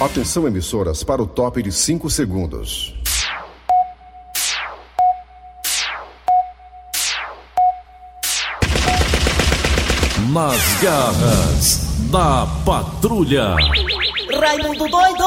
Atenção, emissoras, para o top de 5 segundos. Nas garras da patrulha. Raimundo doido!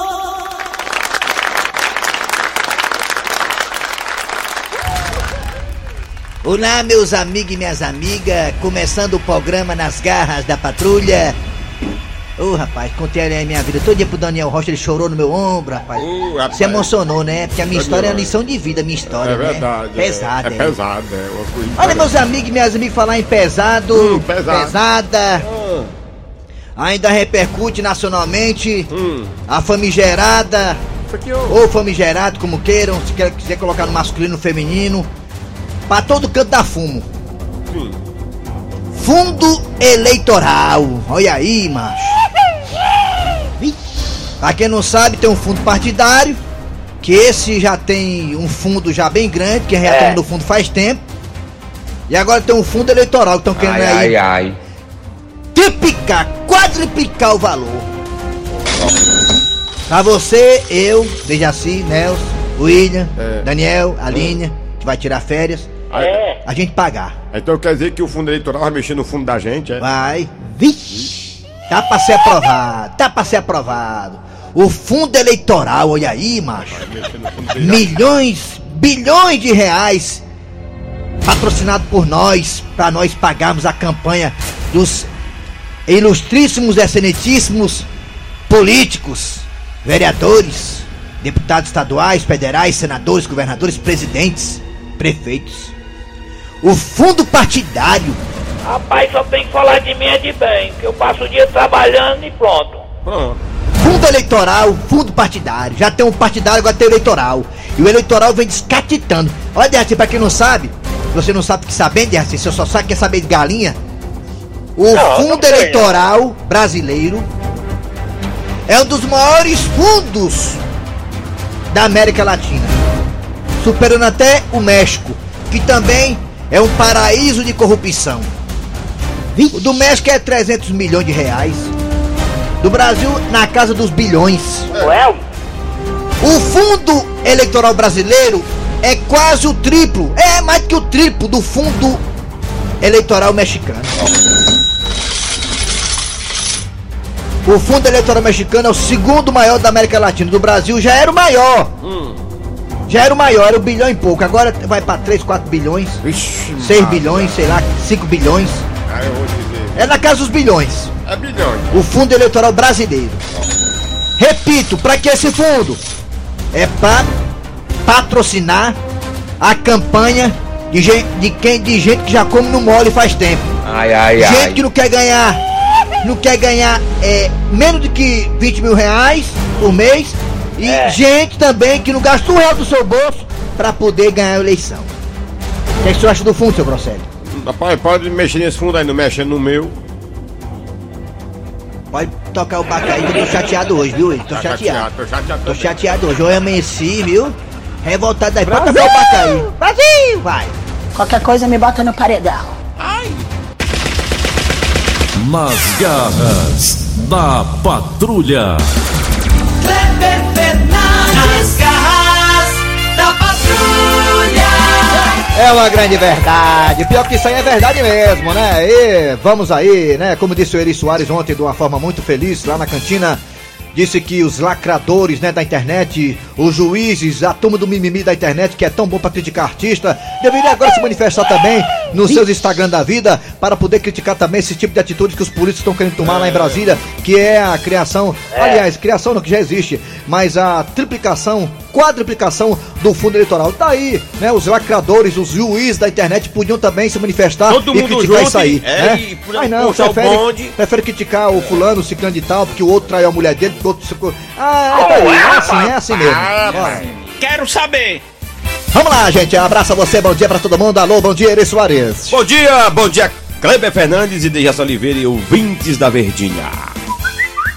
Olá, meus amigos e minhas amigas, começando o programa Nas Garras da Patrulha. Rapaz, contei a minha vida todo dia pro Daniel Rocha, ele chorou no meu ombro, rapaz. Rapaz. Se emocionou, né? Porque a minha história é uma lição de vida, a minha história, É verdade. né? Pesada, É pesado, é. Olha, meus amigos e minhas amigas, falar em pesado, pesado. pesada, ainda repercute nacionalmente, a famigerada, Isso aqui, ou famigerado, como queiram, se quiser colocar no masculino, no feminino, pra todo canto dá fumo. Sim. Fundo eleitoral, olha aí, macho. Pra quem não sabe, tem um fundo partidário, que esse já tem um fundo já bem grande, que já estamos no fundo faz tempo. E agora tem um fundo eleitoral que estão querendo aí triplicar, quadruplicar o valor. Pra você, eu, Dejaci, Nelson, William, Daniel, Aline, que vai tirar férias, a gente pagar. Então quer dizer que o fundo eleitoral vai mexer no fundo da gente, é? Vai. Vixe! Tá pra ser aprovado. O fundo eleitoral, olha aí, macho. Vai mexer no fundo dele. Milhões, bilhões de reais patrocinado por nós, pra nós pagarmos a campanha dos ilustríssimos, excelentíssimos políticos, vereadores, deputados estaduais, federais, senadores, governadores, presidentes, prefeitos. O fundo partidário. Rapaz, só tem que falar de mim é de bem, que eu passo o dia trabalhando e pronto. Pronto. Fundo eleitoral, fundo partidário. Já tem um partidário, agora tem o eleitoral. E o eleitoral vem descatitando. Olha, Derraci, pra quem não sabe, você não sabe o que saber, Derraci, você só sabe quer saber de galinha. O fundo eleitoral brasileiro é um dos maiores fundos da América Latina, superando até o México, que também é um paraíso de corrupção. O do México é 300 milhões de reais. Do Brasil, na casa dos bilhões. O fundo eleitoral brasileiro é quase o triplo, é mais que o triplo do fundo eleitoral mexicano. O fundo eleitoral mexicano é o segundo maior da América Latina. Do Brasil já era o maior. Era o bilhão e pouco. Agora vai pra 3, 4 bilhões. Vixe, 6 bilhões, sei lá, 5 bilhões. Eu vou dizer. É na casa dos bilhões. É bilhões. O fundo eleitoral brasileiro. Repito, pra que esse fundo? É pra patrocinar a campanha de gente que já come no mole faz tempo. Gente que não quer ganhar menos do que 20 mil reais por mês. E gente também que não gasta R$1 do seu bolso pra poder ganhar a eleição. O que você acha do fundo, seu Grosselio? Rapaz, pode mexer nesse fundo aí, não mexe no meu. Pode tocar o bacaí, que eu tô chateado hoje, viu? Tô chateado hoje. Eu amanheci, viu? Revoltado daí. Pode tocar o bacaí. Brasil! Vai! Qualquer coisa me bota no paredão. Nas garras da patrulha. Kleber Fernandes, garras da patrulha. É uma grande verdade. Pior que isso aí é verdade mesmo, né? E vamos aí, né? Como disse o Eri Soares ontem de uma forma muito feliz lá na cantina. Disse que os lacradores, né, da internet, os juízes, a turma do mimimi da internet, que é tão bom pra criticar artista, deveria agora se manifestar também nos seus Instagram da vida, para poder criticar também esse tipo de atitude que os políticos estão querendo tomar lá em Brasília, que é a criação, aliás, criação não, que já existe, mas a triplicação, quadruplicação do fundo eleitoral. Daí, né, os lacradores, os juízes da internet podiam também se manifestar Todo e mundo criticar junto, isso aí, né? e Mas não, puxar o bonde. prefere criticar o fulano, o ciclano e tal, porque o outro traiu a mulher dele, porque o outro... é assim mesmo. Bora. Quero saber. Vamos lá, gente, abraço a você, bom dia pra todo mundo. Alô, bom dia, Eri Soares. Bom dia, Kleber Fernandes e Dejaci Oliveira e ouvintes da Verdinha.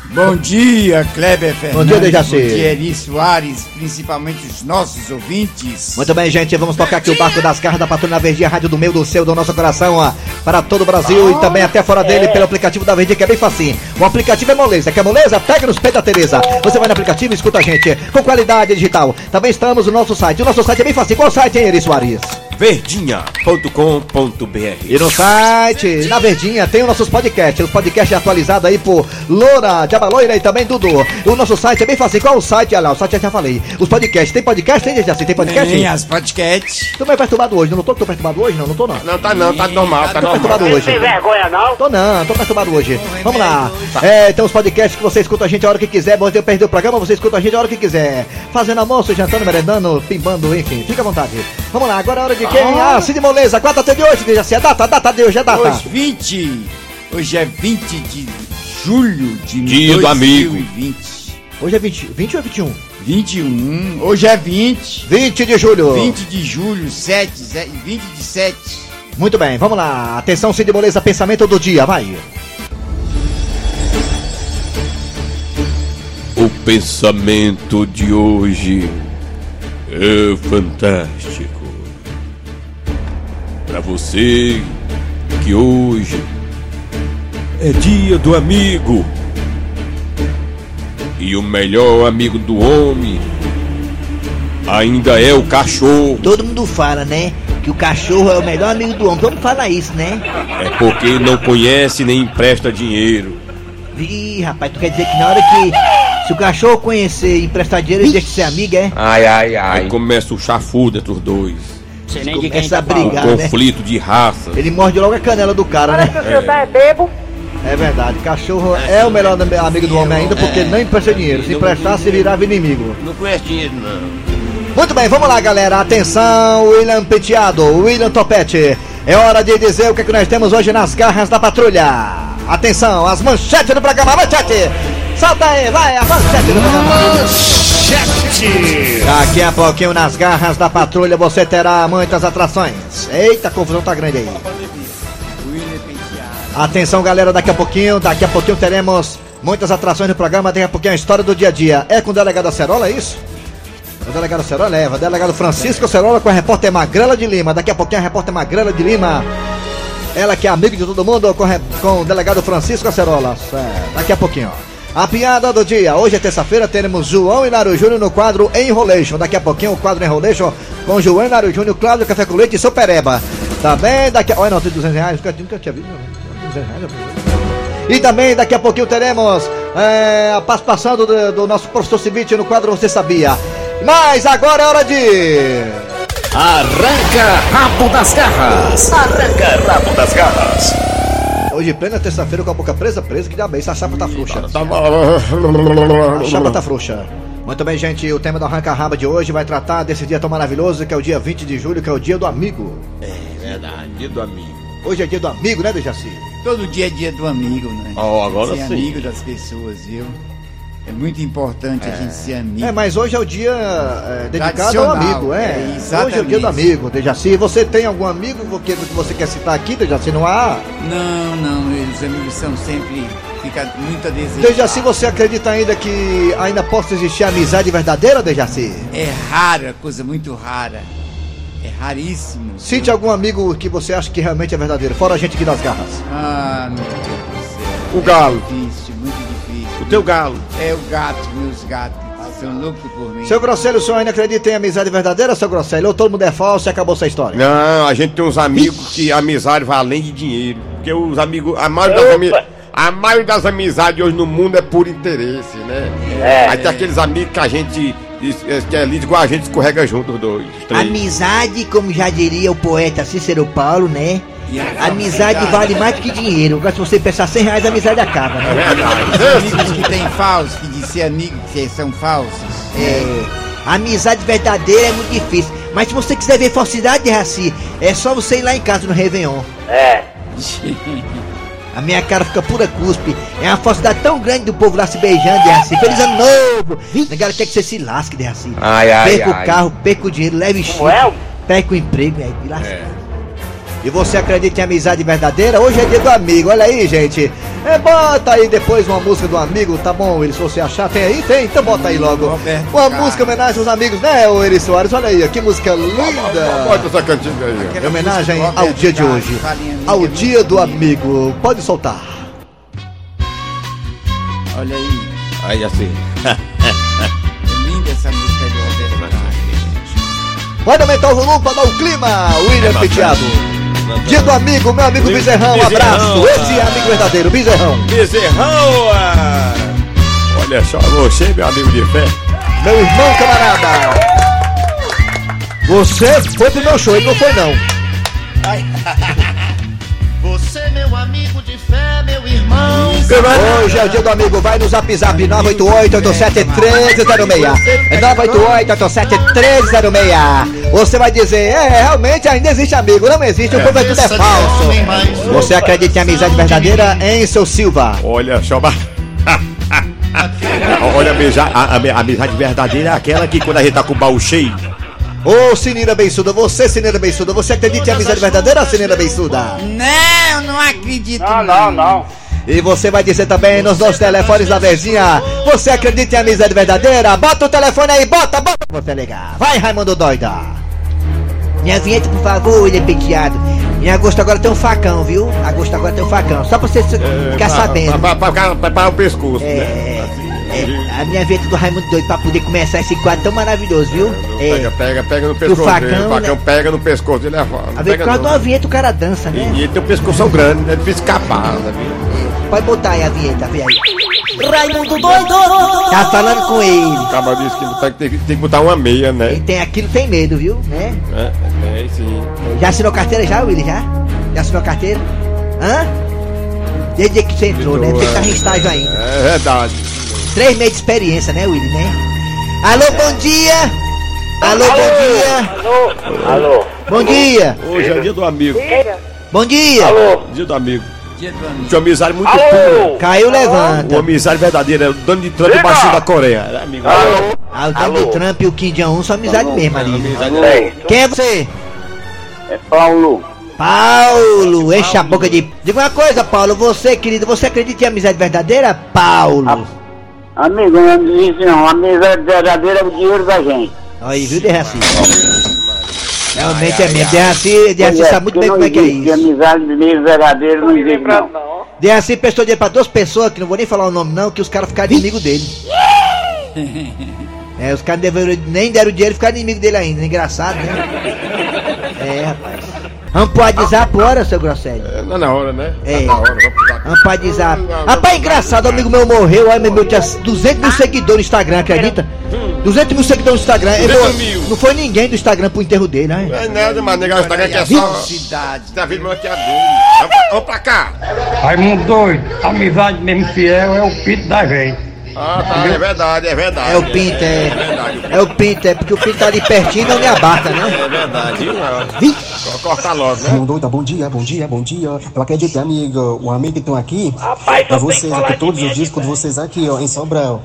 Bom dia, Kleber Fernandes. Bom dia, Dejaci. Bom dia, Eri Soares, principalmente os nossos ouvintes. Muito bem, gente, vamos tocar aqui o barco das garras da Patrulha Verdinha, rádio do meu, do seu, do nosso coração, ó, para todo o Brasil e também até fora dele, pelo aplicativo da Verdinha, que é bem facinho. O aplicativo é moleza, quer moleza? Pega nos peitos da Tereza. Você vai no aplicativo e escuta a gente com qualidade digital. Também estamos no nosso site. O nosso site é bem facinho. Qual site, hein, Eri Soares? Verdinha.com.br. E no site, na Verdinha, tem os nossos podcasts. Os podcasts atualizados aí por Loura, Diabaloira e também Dudu. O nosso site é bem fácil. Qual o site? Olha lá, o site eu já falei. Os podcasts. Tem podcast? Tem, Dejaci? Tem podcast? Tem as podcasts. Tô meio perturbado hoje. Não tô perturbado hoje? Não tô não. Não, tá normal, tá Tô normal. perturbado hoje. Tem vergonha não? Tô perturbado hoje. Vamos lá. Tem os podcasts que você escuta a gente a hora que quiser. Você perdeu o programa, você escuta a gente a hora que quiser. Fazendo almoço, jantando, merendando, pimbando, enfim. Fica à vontade. Vamos lá, agora é hora de quem? Cid Moleza. Qual a data de hoje, Dejaci? A data de hoje, é data. Hoje é 20 de julho de Dia do amigo. 2020. Hoje é 20 ou é 21? 21. Hoje é 20. 20 de julho. 20 de julho, 20 de 7. Muito bem, vamos lá. Atenção, Cid Moleza, pensamento do dia, vai. O pensamento de hoje é fantástico. Pra você que hoje é dia do amigo. E o melhor amigo do homem ainda é o cachorro. Todo mundo fala, né? Que o cachorro é o melhor amigo do homem. Todo mundo fala isso, né? É porque não conhece nem empresta dinheiro. Ih, rapaz, tu quer dizer que na hora que... Se o cachorro conhecer e emprestar dinheiro, ele deixa de ser amigo, é? Aí começa o chafudo entre os dois. Sei nem de quem Começa a tá falando. brigar, O né? conflito de raça. Ele morde logo a canela do cara, né? Parece que o senhor tá bebo. É verdade, cachorro é o melhor amigo do homem ainda, porque ele não empresta dinheiro. Se emprestar, se virava inimigo. Não conhece dinheiro, não. Muito bem, vamos lá, galera. Atenção, William Penteado, William Topete. É hora de dizer o que nós temos hoje nas garras da patrulha. Atenção, as manchetes do programa. Manchete! Solta aí, vai, a manchete do programa. Manchete! Daqui a pouquinho, nas garras da patrulha, você terá muitas atrações. Eita, a confusão tá grande aí. Atenção, galera, daqui a pouquinho teremos muitas atrações no programa. Daqui a pouquinho a história do dia a dia. É com o delegado Acerola, é isso? O delegado Acerola leva. O delegado Francisco Acerola com a repórter Magrela de Lima. Daqui a pouquinho a repórter Magrela de Lima. Ela que é amiga de todo mundo com o delegado Francisco Acerola. Daqui a pouquinho, ó. A piada do dia. Hoje é terça-feira, teremos João e Nário Júnior no quadro Enrolation. Daqui a pouquinho o quadro Enrolation com João e Nário Júnior, Cláudio Café com Leite e seu Pereba. Também daqui a... Olha, não, tem R$200. Nunca tinha visto, não. E também daqui a pouquinho teremos a participação do nosso professor Cibite no quadro Você Sabia. Mas agora é hora de... Arranca rabo das garras. Arranca rabo das garras. Hoje, plena terça-feira, com a boca presa, que diabo é isso? A chapa tá frouxa. A chapa tá frouxa. Muito bem, gente, o tema do Arranca Raba de hoje vai tratar desse dia tão maravilhoso, que é o dia 20 de julho, que é o dia do amigo. É verdade, dia do amigo. Hoje é dia do amigo, né, Dejaci? Todo dia é dia do amigo, né? Agora ser sim. amigo das pessoas, viu? É muito importante a gente ser amigo. Mas hoje é o dia dedicado ao amigo, exatamente. Hoje é o dia do amigo, Dejaci. Você tem algum amigo que você quer citar aqui, Dejaci? Não há? Não, os amigos são sempre... Fica muito a desejar. Dejaci, você acredita ainda que ainda possa existir amizade verdadeira, Dejaci? É rara, coisa muito rara. É raríssimo. Cite algum amigo que você acha que realmente é verdadeiro, fora a gente aqui das garras. Ah, meu Deus do céu. O galo. Difícil, muito difícil. O teu galo. É o gato, meus gatos. São loucos por mim. Seu Grosselio, o senhor ainda acredita em amizade verdadeira, seu Grosselio? Ou todo mundo é falso e acabou essa história? Não, a gente tem uns amigos que a amizade vai além de dinheiro. Porque os amigos, a maioria das amizades hoje no mundo é por interesse, né? Aí tem aqueles amigos que a gente que é lido igual a gente, escorrega junto os dois. Os três. Amizade, como já diria o poeta Cícero Paulo, né? Amizade vale mais do que dinheiro. Agora se você pensar R$100, a amizade acaba, né? É verdade. Os amigos que tem falsos, que dizem ser amigos, que são falsos. A amizade verdadeira é muito difícil. Mas se você quiser ver falsidade, Raci, é só você ir lá em casa no Réveillon. A minha cara fica pura cuspe. É uma falsidade tão grande do povo lá se beijando, Raci. Feliz ano novo! Negara quer que você se lasque, Raci. Perca o carro, perca o dinheiro, leve chique, perca o emprego, E você acredita em amizade verdadeira? Hoje é dia do amigo, olha aí, gente. Bota aí depois uma música do amigo, tá bom, Eri? Se você achar, tem aí? Tem, então bota aí logo. Uma música em homenagem aos amigos, né, Eri Soares? Olha aí, que música linda. Bota essa cantiga aí. Em homenagem ao dia de hoje, ao dia do amigo. Pode soltar. Olha aí. Aí assim. Linda essa música de Roberto Carlos. Pode aumentar o volume para dar o clima, William Penteado. Dia do amigo, meu amigo Bezerrão, um abraço. Esse é amigo verdadeiro, Bezerrão. Bezerrão! Olha só, você, meu amigo de fé. Meu irmão camarada. Você foi pro meu show, ele não foi não. Você, meu amigo de fé, meu irmão. Hoje é o dia do amigo, vai no Zap Zap 988-87-1306. É 988-87-1306. Você vai dizer, realmente ainda existe amigo. Não existe, o povo tudo é falso. Você acredita em amizade verdadeira, hein, seu Silva? Olha só, olha, a amizade verdadeira é aquela que quando a gente tá com o baú cheio. Ô, Cineira Bensuda, você acredita em amizade verdadeira, Cineira Bensuda? Não, não acredito. Não. E você vai dizer também nos nossos telefones da Verzinha, você acredita em amizade verdadeira? Bota o telefone aí, bota você ligar. Vai, Raimundo Doida. Minha vinheta, por favor, ele é penteado. Em agosto agora tem um facão, viu? Só pra você ficar sabendo. Pra o pescoço, né? A minha vinheta do Raimundo Doido pra poder começar esse quadro tão maravilhoso, viu? Pega no pescoço dele. O facão né? Pega no pescoço dele. A ver quando uma vinheta o cara dança, né? E ele tem um pescoço grande, né? É difícil escapar, né? Pode botar aí a vinheta, vê aí. Raimundo Doido! Tá falando com ele. O cara disse que tem que botar uma meia, né? Quem tem aquilo tem medo, viu? Né? Sim. Já assinou carteira já, Willy? Já assinou carteira? Hã? Desde que você entrou, né? Você tá em estágio ainda. É verdade. 3 meses de experiência, né, Willy, né? Alô, bom dia! Alô, bom dia! Alô. Bom dia! Hoje é dia do amigo. Bom dia! Alô. Dia do amigo. Dia do amigo. Tinha uma amizade muito Alô. pura. Caiu, levanta. Uma amizade verdadeira. É o Donald Trump e o baixinho da Coreia. Era amigo. Alô. O Donald Trump e o Kim Jong-un são amizade mesmo ali. Ei, Quem é você? é Paulo. Paulo, enche a boca de... Diga uma coisa, Paulo, você, querido, você acredita em amizade verdadeira? Paulo. Amigo, não existe não. A amizade verdadeira é o dinheiro da gente. Aí, viu, Derraci? Realmente é mesmo. Derraci sabe muito bem como é que é isso. Amizade verdadeira não existe não. Derraci prestou dinheiro pra 2 pessoas, que não vou nem falar o nome não, que os caras ficaram inimigo dele. Os caras nem deram dinheiro e ficaram inimigo dele ainda. Engraçado, né? Rapaz. Vamos pro WhatsApp, hora, seu Grosselio? Não é na hora, né? Na hora, vamos pro WhatsApp. Rapaz, engraçado, o amigo meu morreu, aí meu tinha 200 mil seguidores no Instagram, acredita? 200 mil seguidores no Instagram. Não foi ninguém do Instagram pro enterro dele, né? Não é nada, mas negar o Instagram que é só... Tá vindo bloqueador. Vamos pra cá. Raimundo Doido, amizade mesmo fiel é o pito da gente. Tá, é verdade. É o Pinto, é o Pinto, porque o Pinto tá ali pertinho e não me abarca, né? É verdade, corta logo, né? Raimundo Doido, bom dia. Eu acredito, amigo, o amigo que estão aqui, pra vocês aqui, todos os discos de vocês aqui, ó, em Sobral.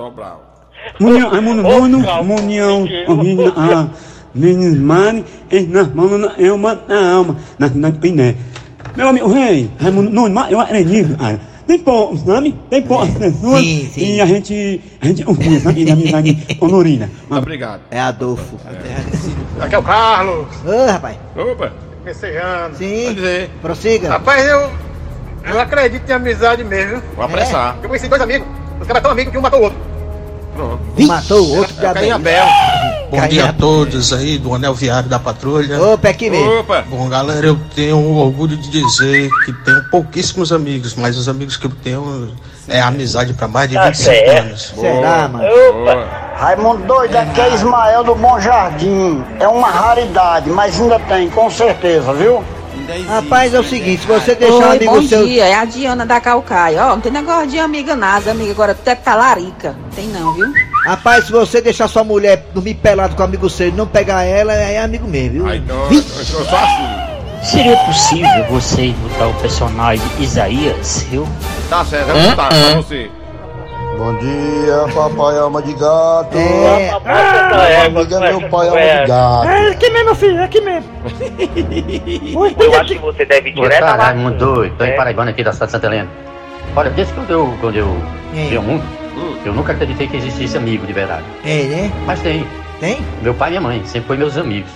Meu amigo, rei, Raimundo, não, eu acredito, tem poucos, sabe? Tem poucas pessoas e a gente sabe, na amizade honorina. Obrigado. É Adolfo. Aqui é o Carlos. Ô, rapaz. Opa. Messejando. Sim. Prossiga. Rapaz, eu acredito em amizade mesmo. Vou apressar. Eu conheci 2 amigos. Os caras tão amigos que um matou o outro. Pronto. Um matou o outro, Abel. Bom dia a todos aí do Anel Viário da Patrulha. Opa, aqui mesmo. Opa. Bom, galera, eu tenho o orgulho de dizer que tenho pouquíssimos amigos, mas os amigos que eu tenho é amizade para mais de 25 anos. Será, mano? Raimundo Doido, aqui é Ismael do Bom Jardim. É uma raridade, mas ainda tem, com certeza, viu? Rapaz, é o seguinte, se você deixar um amigo bom seu... dia, é a Diana da Calcaia. Ó, não tem negócio de amiga nada, amiga. Agora até tá larica. Tem não, viu? Rapaz, se você deixar sua mulher dormir pelado com um amigo seu e não pegar ela, é amigo mesmo, viu? Eu sou assim. Seria possível você botar o personagem Isaías, viu? Tá certo, vamos botar pra você. Bom dia, papai alma de gato. Amiga, meu pai alma de gato. É aqui mesmo, filho, é aqui mesmo. Eu acho que você deve ir direto lá. Raimundo doido, tô em Paraibana aqui da cidade de Santa Helena. Olha, desde quando eu vi o mundo, eu nunca acreditei que existisse amigo de verdade. É, né? Mas tem. Tem? Meu pai e minha mãe, sempre foi meus amigos.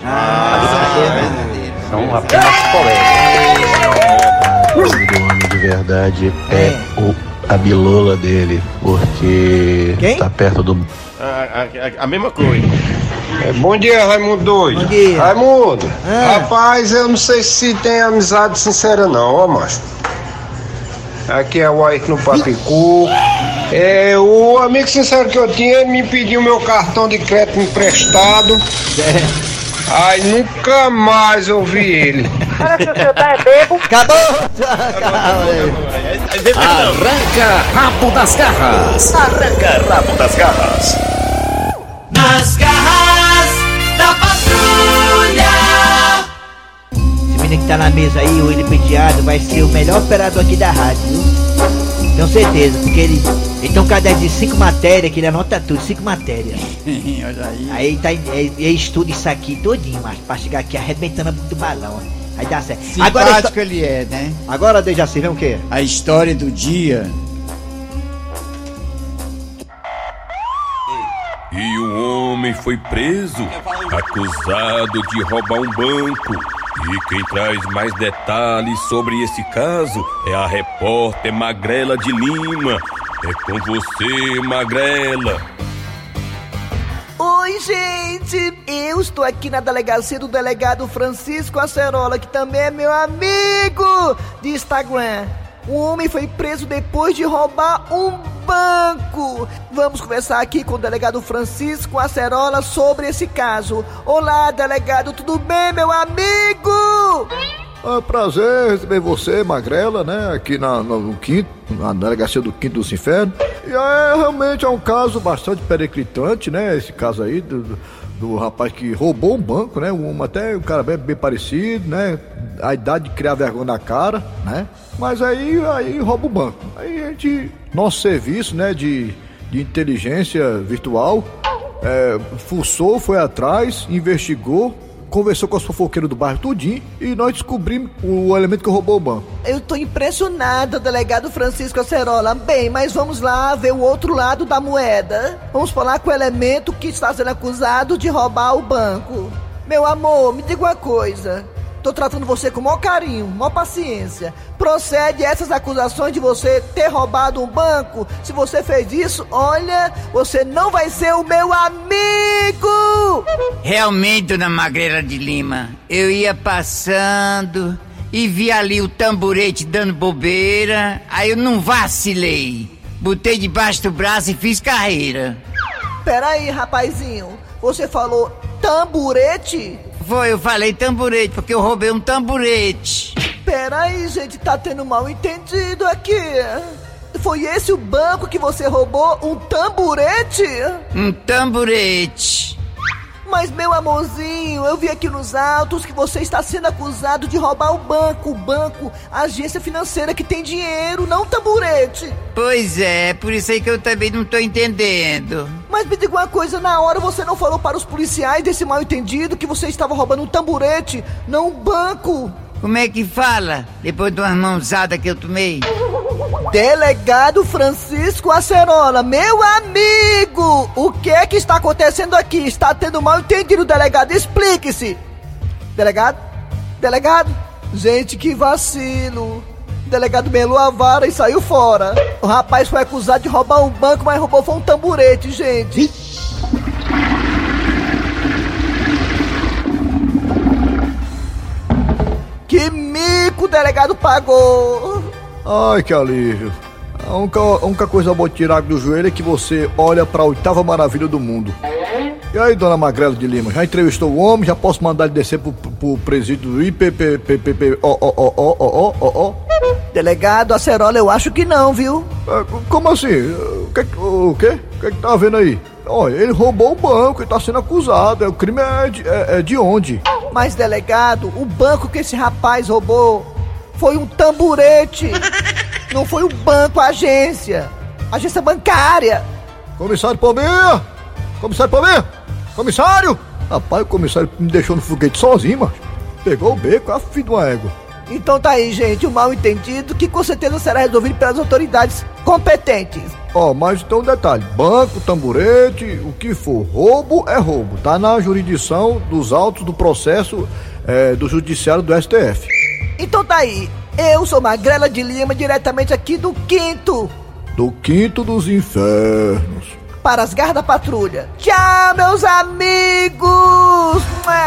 São verdadeiro. apenas colegas. O amigo do homem de verdade é a bilola dele, porque tá perto do... A mesma coisa. Bom dia, Raimundo doido. Bom dia. Raimundo, rapaz, eu não sei se tem amizade sincera não, ó, macho. Aqui é o Ayrton no Papicu. O amigo sincero que eu tinha, ele me pediu meu cartão de crédito emprestado. Ai, nunca mais eu vi ele. Acabou! Arranca rabo das garras. Arranca rabo das garras. Nas garras da patrulha. Esse menino que tá na mesa aí, o William Penteado, vai ser o melhor operador aqui da rádio, viu? Tenho certeza, porque ele tem um caderno de 5 matérias, que ele anota tudo, 5 matérias. Olha aí. Aí ele estuda isso aqui todinho, mas pra chegar aqui arrebentando do balão. Aí dá certo. Simpático ele é, né? Agora, Dejaci, vem o quê? A história do dia. E o homem foi preso, acusado de roubar um banco. E quem traz mais detalhes sobre esse caso é a repórter Magrela de Lima. É com você, Magrela. Oi, gente! Eu estou aqui na delegacia do delegado Francisco Acerola, que também é meu amigo de Instagram. Um homem foi preso depois de roubar um banco. Vamos conversar aqui com o delegado Francisco Acerola sobre esse caso. Olá, delegado, tudo bem, meu amigo? É um prazer receber você, Magrela, né, aqui no Quinto, na delegacia do Quinto dos Infernos. E realmente é um caso bastante periclitante, né, esse caso aí do rapaz que roubou um banco, né, até um cara bem parecido, né, a idade de criar vergonha na cara, né, mas aí rouba o banco. Aí a gente, nosso serviço, né, de inteligência virtual, fuçou, foi atrás, investigou, conversou com os fofoqueiros do bairro tudinho e nós descobrimos o elemento que roubou o banco. Eu tô impressionado, delegado Francisco Acerola. Bem, mas vamos lá ver o outro lado da moeda. Vamos falar com o elemento que está sendo acusado de roubar o banco. Meu amor, me diga uma coisa. Tô tratando você com o maior carinho, maior paciência. Procede essas acusações de você ter roubado um banco? Se você fez isso, olha, você não vai ser o meu amigo! Realmente, dona Magrela de Lima, eu ia passando e vi ali o tamborete dando bobeira, aí eu não vacilei. Botei debaixo do braço e fiz carreira. Peraí, rapazinho, você falou tamborete? Foi, eu falei tamborete, porque eu roubei um tamborete. Peraí, gente, tá tendo mal entendido aqui. Foi esse o banco que você roubou? Um tamborete? Um tamborete. Mas, meu amorzinho, eu vi aqui nos autos que você está sendo acusado de roubar o banco. O banco, a agência financeira que tem dinheiro, não um tamborete. Pois é, por isso aí que eu também não tô entendendo. Mas me diga uma coisa, na hora você não falou para os policiais desse mal entendido que você estava roubando um tamborete, não um banco? Como é que fala, depois de uma mãozada que eu tomei? Delegado Francisco Acerola, meu amigo! O que é que está acontecendo aqui? Está tendo mal entendido, delegado, explique-se! Delegado? Delegado? Gente, que vacilo! O delegado melou a vara e saiu fora. O rapaz foi acusado de roubar um banco, mas roubou foi um tamborete, gente. Que mico o delegado pagou! Ai, que alívio. A única coisa boa de tirar do joelho é que você olha pra 8ª maravilha do mundo. E aí, dona Magrela de Lima, já entrevistou o homem? Já posso mandar ele descer pro presídio do IPPPP? Delegado Acerola, eu acho que não, viu? Como assim? O quê? O que tá vendo aí? Olha, ele roubou o banco e tá sendo acusado. O crime é de onde? Mas, delegado, o banco que esse rapaz roubou foi um tamborete. Não foi um banco, a agência. agência bancária. Comissário Palmeira! Comissário Palmeira! Comissário! Rapaz, o comissário me deixou no foguete sozinho, macho. Pegou o beco, a filha de uma égua. Então tá aí, gente, um mal entendido que com certeza será resolvido pelas autoridades competentes. Mas então um detalhe, banco, tamborete, o que for, roubo é roubo, tá na jurisdição dos autos do processo do judiciário do STF. Então tá aí, eu sou Magrela de Lima, diretamente aqui do Quinto. Do Quinto dos Infernos. Para as garras da patrulha. Tchau, meus amigos!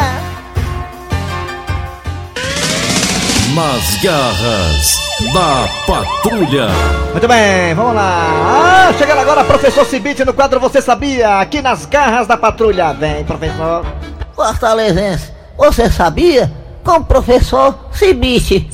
Nas garras da patrulha. Muito bem, vamos lá. Chegando agora, professor Cibite no quadro Você Sabia? Aqui nas garras da patrulha. Vem, professor. Fortalezense, você sabia? Com o professor Cibite.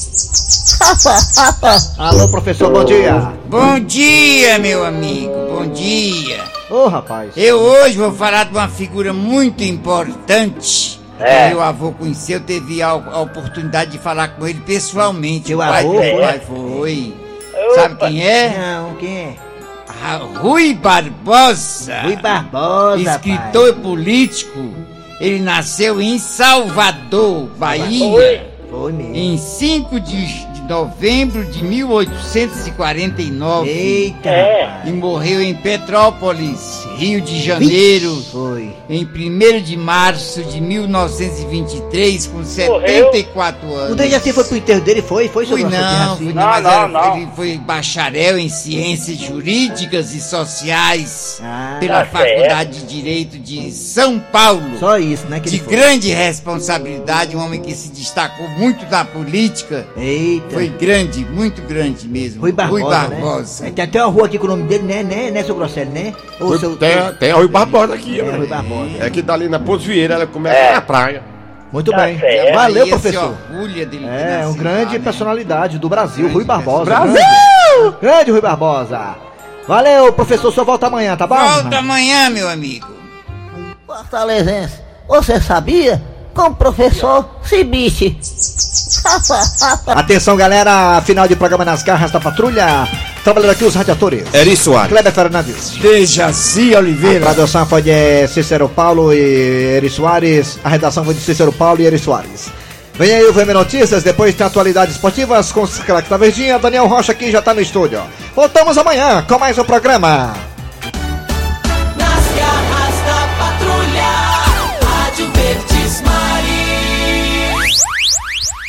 Alô, professor, bom dia. Bom dia, meu amigo, bom dia. Ô, rapaz. Eu hoje vou falar de uma figura muito importante. Meu avô conheceu, teve a oportunidade de falar com ele pessoalmente. Seu avô foi. Sabe quem é? Não, quem é? Rui Barbosa. Rui Barbosa, escritor e político. Ele nasceu em Salvador, Bahia. Foi mesmo. Em 5 de novembro de 1849. Eita! E morreu em Petrópolis, Rio de Janeiro. Foi. Em 1º de março de 1923, com 74 anos. O Dejaci foi pro enterro dele, foi? Fui não. Ele foi bacharel em ciências jurídicas e sociais pela Faculdade de Direito de São Paulo. Só isso, né? De grande responsabilidade, um homem que se destacou muito na política. Eita. Foi grande, muito grande mesmo. Rui Barbosa. Né? Tem até uma rua aqui com o nome dele, né, seu Grosselio, né? Tem a Rui Barbosa aqui, ó. Rui Barbosa. É que dali na Pouso Vieira, ela começa na praia. Muito bem. Valeu, professor. Um grande personalidade do Brasil, Rui Barbosa. Brasil! Grande Rui Barbosa. Valeu, professor, só volta amanhã, tá bom? Volta amanhã, meu amigo. Fortalezense, você sabia? Com o professor Cibite. Atenção, galera, final de programa nas garras da patrulha. Trabalhando aqui os radiadores. Eri Soares, Kleber Fernandes, Dejaci Oliveira. A produção foi de Cícero Paulo e Eri Soares. A redação foi de Cícero Paulo e Eri Soares. Vem aí o VM Notícias, depois tem atualidades esportivas com os craques da Verdinha. Daniel Rocha aqui já tá no estúdio. Voltamos amanhã com mais um programa